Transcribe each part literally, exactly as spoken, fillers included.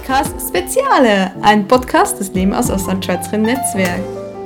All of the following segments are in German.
Podcast Speziale, ein Podcast des Leben aus Ostlandschweizer Netzwerk.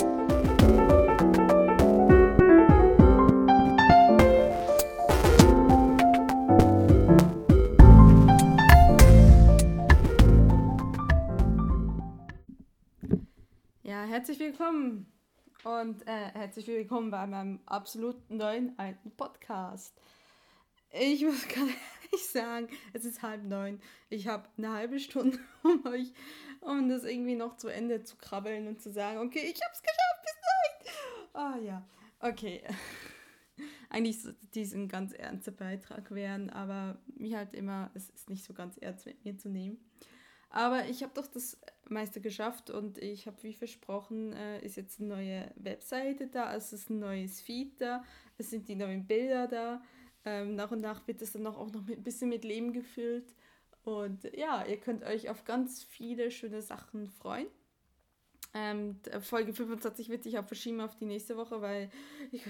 Ja, herzlich willkommen und äh, herzlich willkommen bei meinem absolut neuen alten Podcast. Ich muss ganz ehrlich sagen, es ist halb neun. Ich habe eine halbe Stunde, um euch, um das irgendwie noch zu Ende zu krabbeln und zu sagen, okay, ich habe es geschafft, bis neun. Ah ja, okay. Eigentlich sollte dies ein ganz ernster Beitrag werden, aber wie halt immer, es ist nicht so ganz ernst mit mir zu nehmen. Aber ich habe doch das meiste geschafft und ich habe, wie versprochen, äh, ist jetzt eine neue Webseite da, es ist ein neues Feed da, es sind die neuen Bilder da. Ähm, nach und nach wird es dann auch, auch noch mit, ein bisschen mit Leben gefüllt. Und ja, ihr könnt euch auf ganz viele schöne Sachen freuen. Ähm, Folge fünfundzwanzig wird sich auch verschieben auf die nächste Woche, weil ich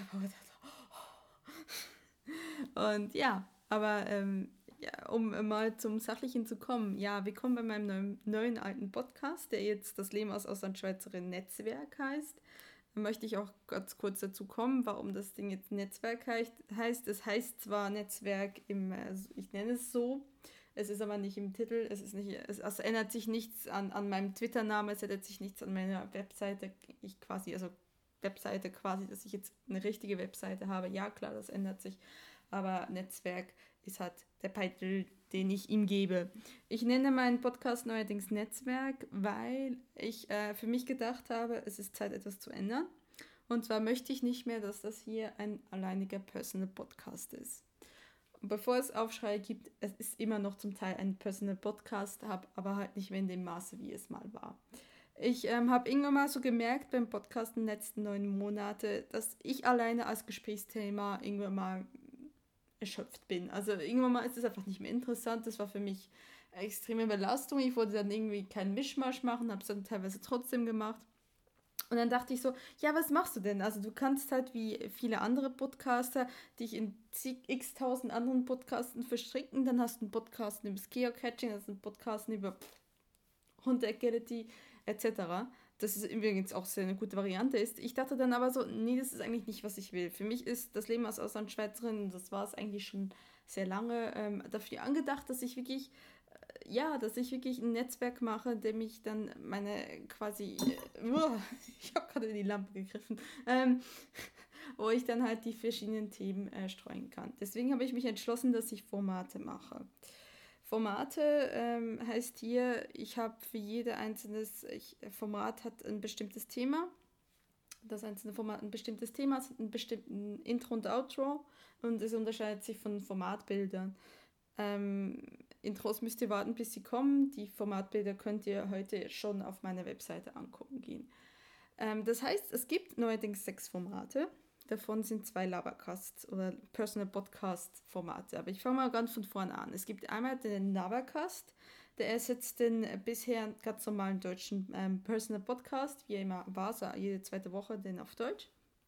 und ja, aber ähm, ja, um mal zum Sachlichen zu kommen. Ja, willkommen bei meinem neuen, neuen alten Podcast, der jetzt das Leben aus Ostlandschweizer Netzwerk heißt. Da möchte ich auch ganz kurz dazu kommen, warum das Ding jetzt Netzwerk heißt. Es heißt zwar Netzwerk im, also ich nenne es so, es ist aber nicht im Titel, es ist nicht, es, es ändert sich nichts an, an meinem Twitter-Namen, es ändert sich nichts an meiner Webseite, ich quasi, also Webseite quasi, dass ich jetzt eine richtige Webseite habe. Ja, klar, das ändert sich, aber Netzwerk ist halt der Titel, den ich ihm gebe. Ich nenne meinen Podcast neuerdings Netzwerk, weil ich äh, für mich gedacht habe, es ist Zeit, etwas zu ändern. Und zwar möchte ich nicht mehr, dass das hier ein alleiniger Personal Podcast ist. Und bevor es Aufschrei gibt, es ist immer noch zum Teil ein Personal Podcast, aber halt nicht mehr in dem Maße, wie es mal war. Ich ähm, habe irgendwann mal so gemerkt beim Podcast in den letzten neun Monaten, dass ich alleine als Gesprächsthema irgendwann mal erschöpft bin. Also irgendwann mal ist es einfach nicht mehr interessant. Das war für mich eine extreme Belastung. Ich wollte dann irgendwie keinen Mischmasch machen, habe es dann teilweise trotzdem gemacht. Und dann dachte ich so, ja, was machst du denn? Also du kannst halt wie viele andere Podcaster dich in zig, x tausend anderen Podcasten verstricken. Dann hast du einen Podcast über das Geocaching, hast du einen Podcast über Hund-Agility et cetera. Das ist übrigens auch sehr eine gute Variante ist. Ich dachte dann aber so, nee, das ist eigentlich nicht, was ich will. Für mich ist das Leben als Auslandschweizerin, das war es eigentlich schon sehr lange, ähm, dafür angedacht, dass ich wirklich, äh, ja, dass ich wirklich ein Netzwerk mache, dem ich dann meine quasi, äh, uah, ich habe gerade in die Lampe gegriffen, ähm, wo ich dann halt die verschiedenen Themen äh, streuen kann. Deswegen habe ich mich entschlossen, dass ich Formate mache. Formate ähm, heißt hier, ich habe für jede einzelne Format hat ein bestimmtes Thema. Das einzelne Format ein bestimmtes Thema, es hat einen bestimmten Intro und Outro und es unterscheidet sich von Formatbildern. Ähm, Intros müsst ihr warten, bis sie kommen. Die Formatbilder könnt ihr heute schon auf meiner Webseite angucken gehen. Ähm, das heißt, es gibt neuerdings sechs Formate. Davon sind zwei Labercasts oder Personal Podcast Formate. Aber ich fange mal ganz von vorne an. Es gibt einmal den Labercast, der ersetzt den bisher ganz normalen deutschen ähm, Personal Podcast, wie er immer war, so jede zweite Woche den auf Deutsch.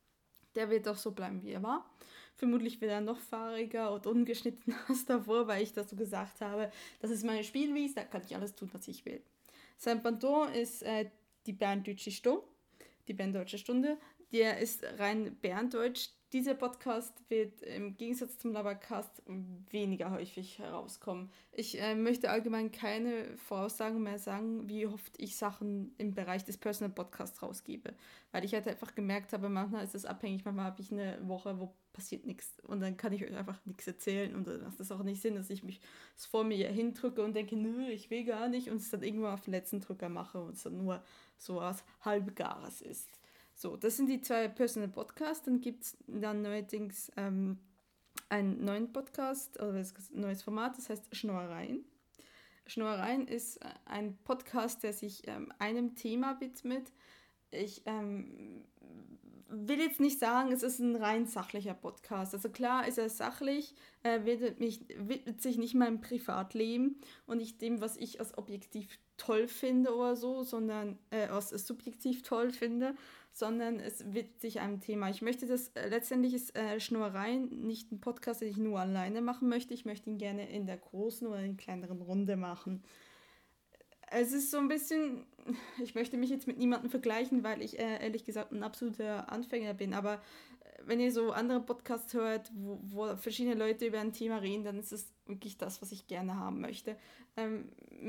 Der wird auch so bleiben, wie er war. Vermutlich wird er noch fahriger und ungeschnitten als davor, weil ich dazu gesagt habe, das ist meine Spielwiese, da kann ich alles tun, was ich will. Sein Pendant ist äh, die Berndeutsche Stunde, die Berndeutsche Stunde. Der ist rein Berndeutsch. Dieser Podcast wird im Gegensatz zum Labercast weniger häufig herauskommen. Ich äh, möchte allgemein keine Voraussagen mehr sagen, wie oft ich Sachen im Bereich des Personal Podcasts rausgebe. Weil ich halt einfach gemerkt habe, manchmal ist es abhängig, manchmal habe ich eine Woche, wo passiert nichts. Und dann kann ich euch einfach nichts erzählen. Und dann macht das auch nicht Sinn, dass ich mich vor mir hindrücke und denke, nö, ich will gar nicht. Und es dann irgendwann auf den letzten Drücker mache und es dann nur so was Halbgares ist. So, das sind die zwei Personal Podcasts. Dann gibt es dann neuerdings ähm, einen neuen Podcast oder ein neues Format, das heißt Schnorrereien. Schnorrereien ist ein Podcast, der sich ähm, einem Thema widmet. Ich ähm, will jetzt nicht sagen, es ist ein rein sachlicher Podcast. Also klar ist er sachlich, er widmet, mich, widmet sich nicht meinem Privatleben und nicht dem, was ich als objektiv toll finde oder so, sondern äh, als subjektiv toll finde, sondern es widmet sich einem Thema. Ich möchte das, äh, letztendlich ist äh, Schnorrereien nicht ein Podcast, den ich nur alleine machen möchte. Ich möchte ihn gerne in der großen oder in der kleineren Runde machen. es ist so ein bisschen, ich möchte mich jetzt mit niemandem vergleichen, weil ich äh, ehrlich gesagt ein absoluter Anfänger bin, aber wenn ihr so andere Podcasts hört, wo, wo verschiedene Leute über ein Thema reden, dann ist es wirklich das, was ich gerne haben möchte. Ähm,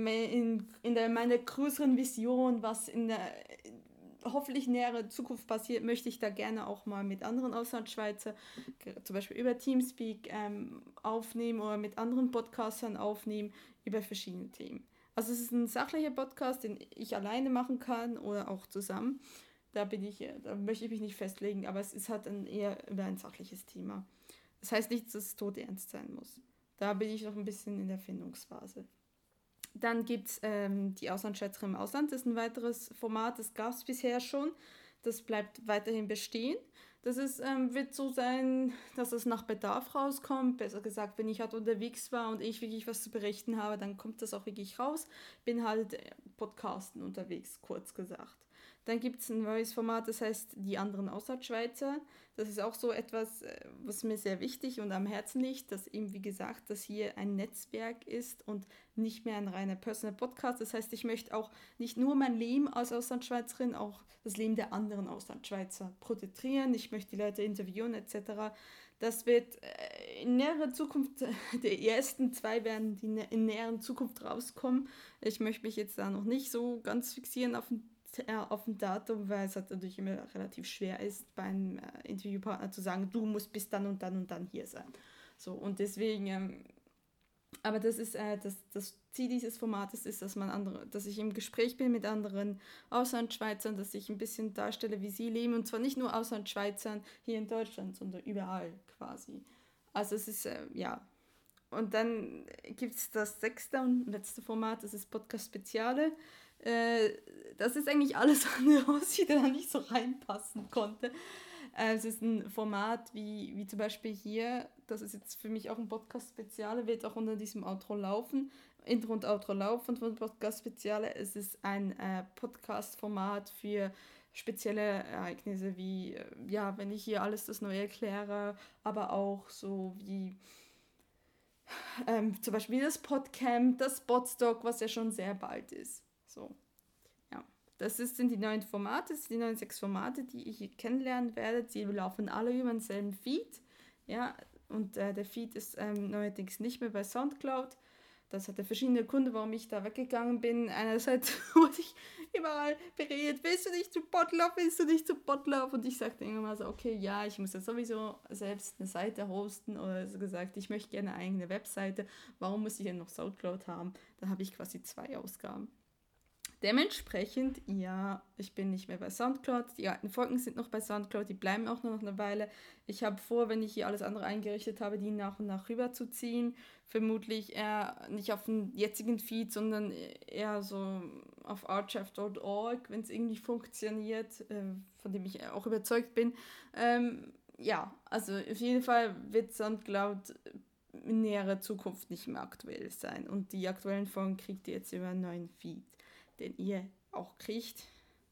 in in der, meiner größeren Vision, was in der hoffentlich nähere Zukunft passiert, möchte ich da gerne auch mal mit anderen Auslandschweizer, zum Beispiel über Teamspeak ähm, aufnehmen oder mit anderen Podcastern aufnehmen über verschiedene Themen. Also es ist ein sachlicher Podcast, den ich alleine machen kann oder auch zusammen. Da bin ich, da möchte ich mich nicht festlegen, aber es ist halt ein eher über ein sachliches Thema. Das heißt nicht, dass es todernst sein muss. Da bin ich noch ein bisschen in der Findungsphase. Dann gibt es ähm, die Auslandsschweizer im Ausland. Das ist ein weiteres Format, das gab es bisher schon. Das bleibt weiterhin bestehen. Das ist, ähm, wird so sein, dass es nach Bedarf rauskommt. Besser gesagt, wenn ich halt unterwegs war und ich wirklich was zu berichten habe, dann kommt das auch wirklich raus. Bin halt äh, Podcasten unterwegs, kurz gesagt. Dann gibt es ein neues Format, das heißt Die anderen Auslandschweizer. Das ist auch so etwas, was mir sehr wichtig und am Herzen liegt, dass eben, wie gesagt, das hier ein Netzwerk ist und nicht mehr ein reiner Personal Podcast. Das heißt, ich möchte auch nicht nur mein Leben als Auslandschweizerin, auch das Leben der anderen Auslandschweizer porträtieren. Ich möchte die Leute interviewen et cetera. Das wird in näherer Zukunft, die ersten zwei werden die in näherer Zukunft rauskommen. Ich möchte mich jetzt da noch nicht so ganz fixieren auf ein auf ein Datum, weil es halt natürlich immer relativ schwer ist, bei einem äh, Interviewpartner zu sagen, du musst bis dann und dann und dann hier sein. So, und deswegen, ähm, aber das ist, äh, das, das Ziel dieses Formates ist, dass man andere, dass ich im Gespräch bin mit anderen Auslandschweizern, dass ich ein bisschen darstelle, wie sie leben, und zwar nicht nur Auslandschweizern hier in Deutschland, sondern überall quasi. Also es ist, äh, ja. Und dann gibt es das sechste und letzte Format, das ist Podcast Speziale. Das ist eigentlich alles andere, was ich da nicht so reinpassen konnte. Es ist ein Format wie, wie zum Beispiel hier, das ist jetzt für mich auch ein Podcast-Speziale, wird auch unter diesem Outro laufen, Intro und Outro laufen von Podcast-Speziale. Es ist ein äh, Podcast-Format für spezielle Ereignisse, wie, ja, wenn ich hier alles das Neue erkläre, aber auch so wie ähm, zum Beispiel das Podcamp, das Podstock, was ja schon sehr bald ist. So, ja. Das ist, sind die neuen Formate, das sind die neuen sechs Formate, die ihr hier kennenlernen werdet. Die laufen alle über denselben Feed. Ja, und äh, der Feed ist ähm, neuerdings nicht mehr bei Soundcloud. Das hatte verschiedene Gründe, warum ich da weggegangen bin. Einerseits wurde ich überall beredet, willst du nicht zu Potluck, willst du nicht zu Potluck? Und ich sagte irgendwann mal so, okay, ja, ich muss ja sowieso selbst eine Seite hosten. Oder so gesagt, ich möchte gerne eine eigene Webseite. Warum muss ich denn noch Soundcloud haben? Dann habe ich quasi zwei Ausgaben. Dementsprechend, ja, ich bin nicht mehr bei Soundcloud. Die alten Folgen sind noch bei Soundcloud, die bleiben auch noch eine Weile. Ich habe vor, wenn ich hier alles andere eingerichtet habe, die nach und nach rüberzuziehen. Vermutlich eher nicht auf den jetzigen Feed, sondern eher so auf archive Punkt org, wenn es irgendwie funktioniert, äh, von dem ich auch überzeugt bin. Ähm, ja, also auf jeden Fall wird Soundcloud in näherer Zukunft nicht mehr aktuell sein. Und die aktuellen Folgen kriegt ihr jetzt über einen neuen Feed, den ihr auch kriegt,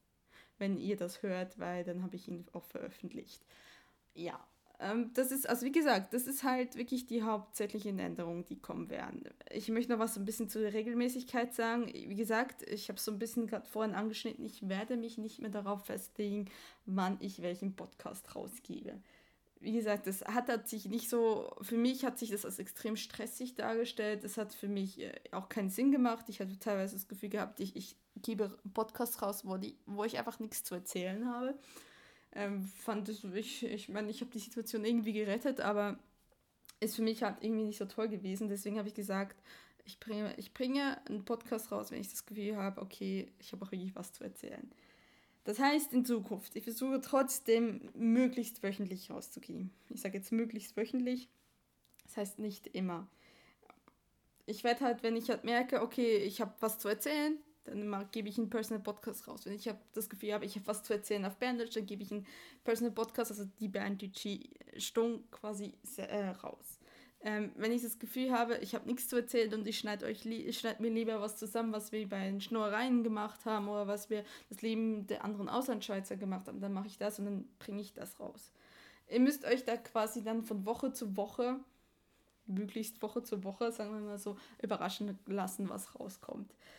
wenn ihr das hört, weil dann habe ich ihn auch veröffentlicht. Ja, ähm, das ist, also wie gesagt, das ist halt wirklich die hauptsächlichen Änderungen, die kommen werden. Ich möchte noch was ein bisschen zur Regelmäßigkeit sagen. Wie gesagt, ich habe so ein bisschen gerade vorhin angeschnitten, ich werde mich nicht mehr darauf festlegen, wann ich welchen Podcast rausgebe. Wie gesagt, das hat, hat sich nicht so, für mich hat sich das als extrem stressig dargestellt. Das hat für mich äh, auch keinen Sinn gemacht. Ich hatte teilweise das Gefühl gehabt, ich, ich gebe Podcasts raus, wo, die, wo ich einfach nichts zu erzählen habe. Ähm, fand es, ich, ich meine, ich habe die Situation irgendwie gerettet, aber ist für mich halt irgendwie nicht so toll gewesen. Deswegen habe ich gesagt, ich bringe, ich bringe einen Podcast raus, wenn ich das Gefühl habe, okay, ich habe auch wirklich was zu erzählen. Das heißt in Zukunft, ich versuche trotzdem möglichst wöchentlich rauszugehen. Ich sage jetzt möglichst wöchentlich, das heißt nicht immer. Ich werde halt, wenn ich halt merke, okay, ich habe was zu erzählen, dann mal, gebe ich einen Personal Podcast raus. Wenn ich hab das Gefühl habe, ich habe was zu erzählen auf Berndeutsch, dann gebe ich einen Personal Podcast, also die Berndeutsche Stung quasi äh, raus. Ähm, wenn ich das Gefühl habe, ich habe nichts zu erzählen und ich schneide euch li- ich schneid mir lieber was zusammen, was wir bei den Schnurreien gemacht haben oder was wir das Leben der anderen Auslandschweizer gemacht haben, dann mache ich das und dann bringe ich das raus. Ihr müsst euch da quasi dann von Woche zu Woche, möglichst Woche zu Woche, sagen wir mal so, überraschen lassen, was rauskommt.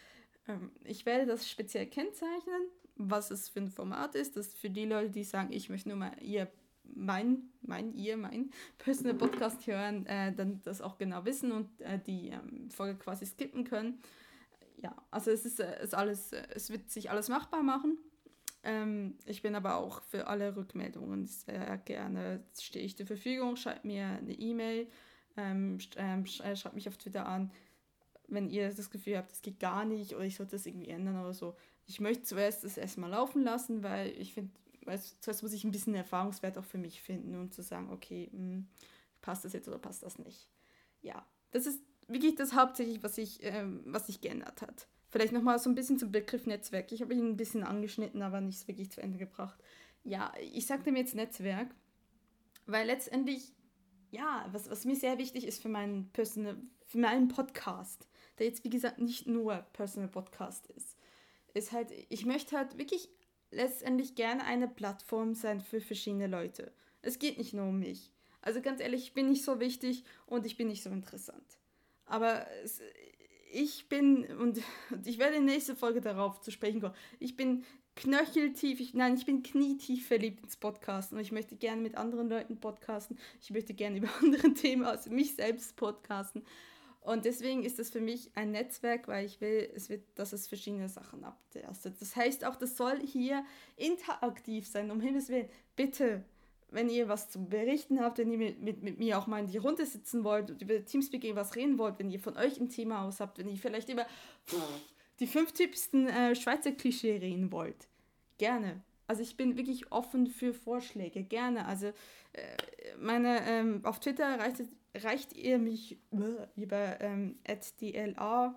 Ähm, ich werde das speziell kennzeichnen, was es für ein Format ist. Das ist für die Leute, die sagen, ich möchte nur mal ihr, mein, mein, ihr, mein Personal Podcast hören, äh, dann das auch genau wissen und äh, die ähm, Folge quasi skippen können. Ja, also es ist, äh, ist alles, äh, es wird sich alles machbar machen. Ähm, ich bin aber auch für alle Rückmeldungen sehr gerne, stehe ich zur Verfügung, schreibt mir eine E-Mail, ähm, sch- ähm, sch- äh, schreibt mich auf Twitter an, wenn ihr das Gefühl habt, das geht gar nicht oder ich sollte das irgendwie ändern oder so. Ich möchte zuerst das erstmal laufen lassen, weil ich finde, zuerst muss ich ein bisschen Erfahrungswert auch für mich finden und zu sagen, okay, mh, passt das jetzt oder passt das nicht. Ja, das ist wirklich das hauptsächlich, was sich ähm, was sich geändert hat. Vielleicht nochmal so ein bisschen zum Begriff Netzwerk. Ich habe ihn ein bisschen angeschnitten, aber nicht wirklich zu Ende gebracht. Ja, ich sagte mir jetzt Netzwerk, weil letztendlich, ja, was, was mir sehr wichtig ist für meinen, Personal, für meinen Podcast, der jetzt wie gesagt nicht nur Personal Podcast ist, ist halt, ich möchte halt wirklich letztendlich gerne eine Plattform sein für verschiedene Leute. Es geht nicht nur um mich. Also ganz ehrlich, ich bin nicht so wichtig und ich bin nicht so interessant. Aber es, ich bin, und, und ich werde in der nächsten Folge darauf zu sprechen kommen, ich bin knöcheltief, ich, nein, ich bin knietief verliebt ins Podcasten und ich möchte gerne mit anderen Leuten podcasten. Ich möchte gerne über andere Themen als mich selbst podcasten. Und deswegen ist das für mich ein Netzwerk, weil ich will, es wird, dass es verschiedene Sachen abtastet. Das heißt auch, das soll hier interaktiv sein, um Himmels Willen. Bitte, wenn ihr was zu berichten habt, wenn ihr mit, mit, mit mir auch mal in die Runde sitzen wollt und über Teamspeak was reden wollt, wenn ihr von euch ein Thema aus habt, wenn ihr vielleicht über die fünf typischsten äh, Schweizer Klischee reden wollt, gerne. Also ich bin wirklich offen für Vorschläge, gerne. Also äh, meine, ähm, auf Twitter reicht, reicht ihr mich äh, über ähm, at dla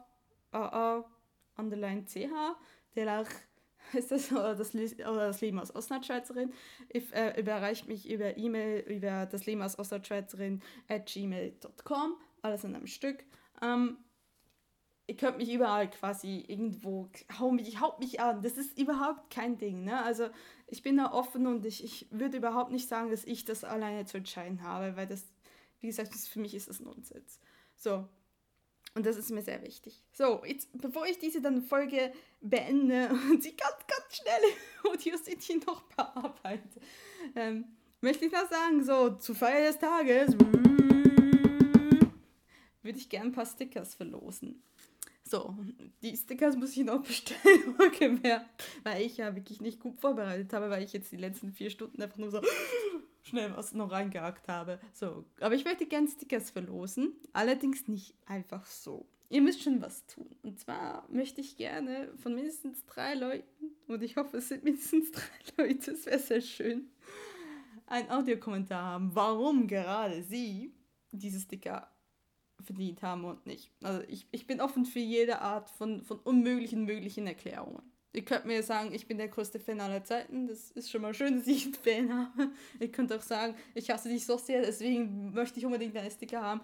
underline ch, dlach ist das, oder das, oder das Leben als Ostnordschweizerin, if, äh, überreicht mich über E-Mail über das Leben als Ostnordschweizerin at gmail punkt com, alles in einem Stück. Ähm, ihr könnt mich überall quasi irgendwo, hau mich, haut mich an. Das ist überhaupt kein Ding, ne? Also ich bin da offen und ich, ich würde überhaupt nicht sagen, dass ich das alleine zu entscheiden habe, weil das, wie gesagt, das, für mich ist das Nonsens. So, und das ist mir sehr wichtig. So, jetzt, bevor ich diese dann Folge beende und sie ganz, ganz schnell Audio-City noch bearbeite, ähm, möchte ich noch sagen, so, zu Feier des Tages würde ich gerne ein paar Stickers verlosen. So, die Stickers muss ich noch bestellen, gemerkt, weil ich ja wirklich nicht gut vorbereitet habe, weil ich jetzt die letzten vier Stunden einfach nur so schnell was noch reingehackt habe. So, aber ich möchte gerne Stickers verlosen, allerdings nicht einfach so. Ihr müsst schon was tun. Und zwar möchte ich gerne von mindestens drei Leuten, und ich hoffe, es sind mindestens drei Leute, es wäre sehr schön, einen Audiokommentar haben, warum gerade sie diese Sticker verdient haben und nicht. Also ich, ich bin offen für jede Art von, von unmöglichen, möglichen Erklärungen. Ihr könnt mir sagen, ich bin der größte Fan aller Zeiten. Das ist schon mal schön, dass ich einen Fan habe. Ihr könnt auch sagen, ich hasse dich so sehr, deswegen möchte ich unbedingt deine Sticker haben.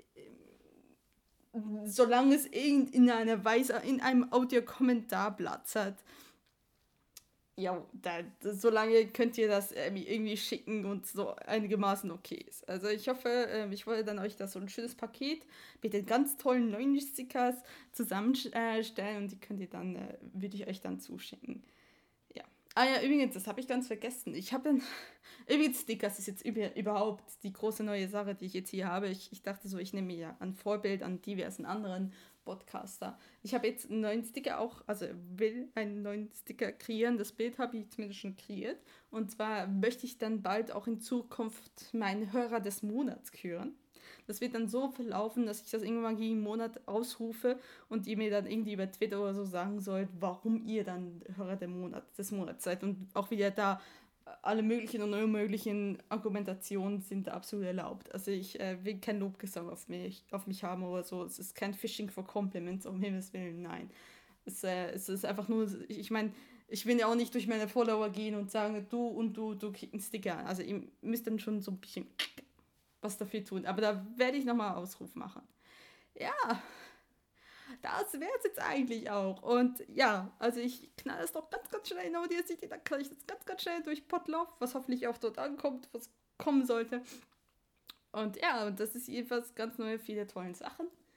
Solange es in einer Weise, in einem Audiokommentar Platz hat, ja, da, da, solange könnt ihr das äh, irgendwie schicken und so einigermaßen okay ist. Also ich hoffe, äh, ich wollte dann euch das so ein schönes Paket mit den ganz tollen neuen Stickers zusammenstellen und die könnt ihr dann, äh, würde ich euch dann zuschicken. Ja. Ah ja, übrigens, das habe ich ganz vergessen. Ich habe dann, übrigens Stickers ist jetzt über, überhaupt die große neue Sache, die ich jetzt hier habe. Ich, ich dachte so, ich nehme mir ja ein Vorbild an diversen anderen Podcaster. Ich habe jetzt einen neuen Sticker auch, also will einen neuen Sticker kreieren. Das Bild habe ich zumindest schon kreiert. Und zwar möchte ich dann bald auch in Zukunft meinen Hörer des Monats küren. Das wird dann so verlaufen, dass ich das irgendwann jeden Monat ausrufe und ihr mir dann irgendwie über Twitter oder so sagen sollt, warum ihr dann Hörer des Monats, des Monats seid. Und auch wieder da alle möglichen und unmöglichen Argumentationen sind absolut erlaubt. Also ich äh, will kein Lobgesang auf mich, auf mich haben oder so. Es ist kein Phishing for Compliments, um Himmels Willen, nein. Es, äh, es ist einfach nur, ich meine, ich will ja auch nicht durch meine Follower gehen und sagen, du und du, du kriegst einen Sticker. Also ihr müsst dann schon so ein bisschen was dafür tun. Aber da werde ich nochmal Ausruf machen. Ja, das wäre es jetzt eigentlich auch. Und ja, also ich knall es doch ganz, ganz schnell in Audacity, dann kann ich das ganz, ganz schnell durch Potlauf, was hoffentlich auch dort ankommt, was kommen sollte. Und ja, und das ist jedenfalls ganz neue, viele tolle Sachen.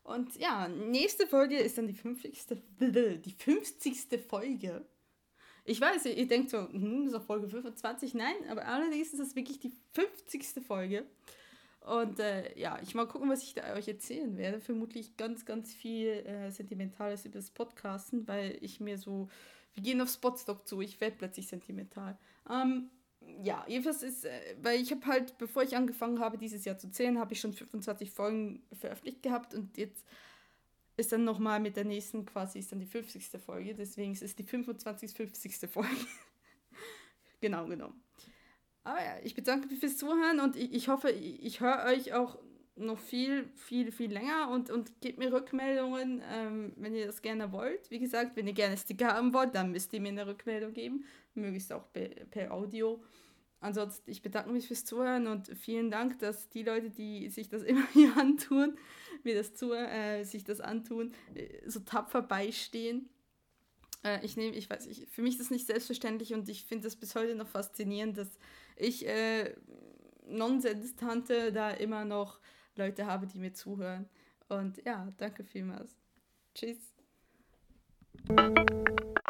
Und ja, nächste Folge ist dann die fünfzigste. Die fünfzigste Folge. Ich weiß, ihr, ihr denkt so, hm, das ist doch Folge fünfundzwanzig. Nein, aber allerdings ist das wirklich die fünfzigste Folge. Und äh, ja, ich mal gucken, was ich da euch erzählen werde. Vermutlich ganz, ganz viel äh, Sentimentales über das Podcasten, weil ich mir so, wir gehen auf Spotstock zu, ich werde plötzlich sentimental. Ähm, ja, jedenfalls ist, äh, weil ich habe halt, bevor ich angefangen habe, dieses Jahr zu zählen, habe ich schon fünfundzwanzig Folgen veröffentlicht gehabt und jetzt ist dann nochmal mit der nächsten quasi, ist dann die fünfzigste Folge, deswegen ist es die fünfundzwanzigste. fünfzigste Folge. Genau, genau. Aber ja, ich bedanke mich fürs Zuhören und ich, ich hoffe, ich, ich höre euch auch noch viel, viel, viel länger und, und gebt mir Rückmeldungen, ähm, wenn ihr das gerne wollt. Wie gesagt, wenn ihr gerne Sticker haben wollt, dann müsst ihr mir eine Rückmeldung geben. Möglichst auch per, per Audio. Ansonsten, ich bedanke mich fürs Zuhören und vielen Dank, dass die Leute, die sich das immer hier antun, mir das zu, äh, sich das antun, äh, so tapfer beistehen. Äh, ich nehme, ich weiß, ich, für mich ist das nicht selbstverständlich und ich finde das bis heute noch faszinierend, dass ich äh, Nonsens-Tante da immer noch Leute habe, die mir zuhören. Und ja, danke vielmals. Tschüss.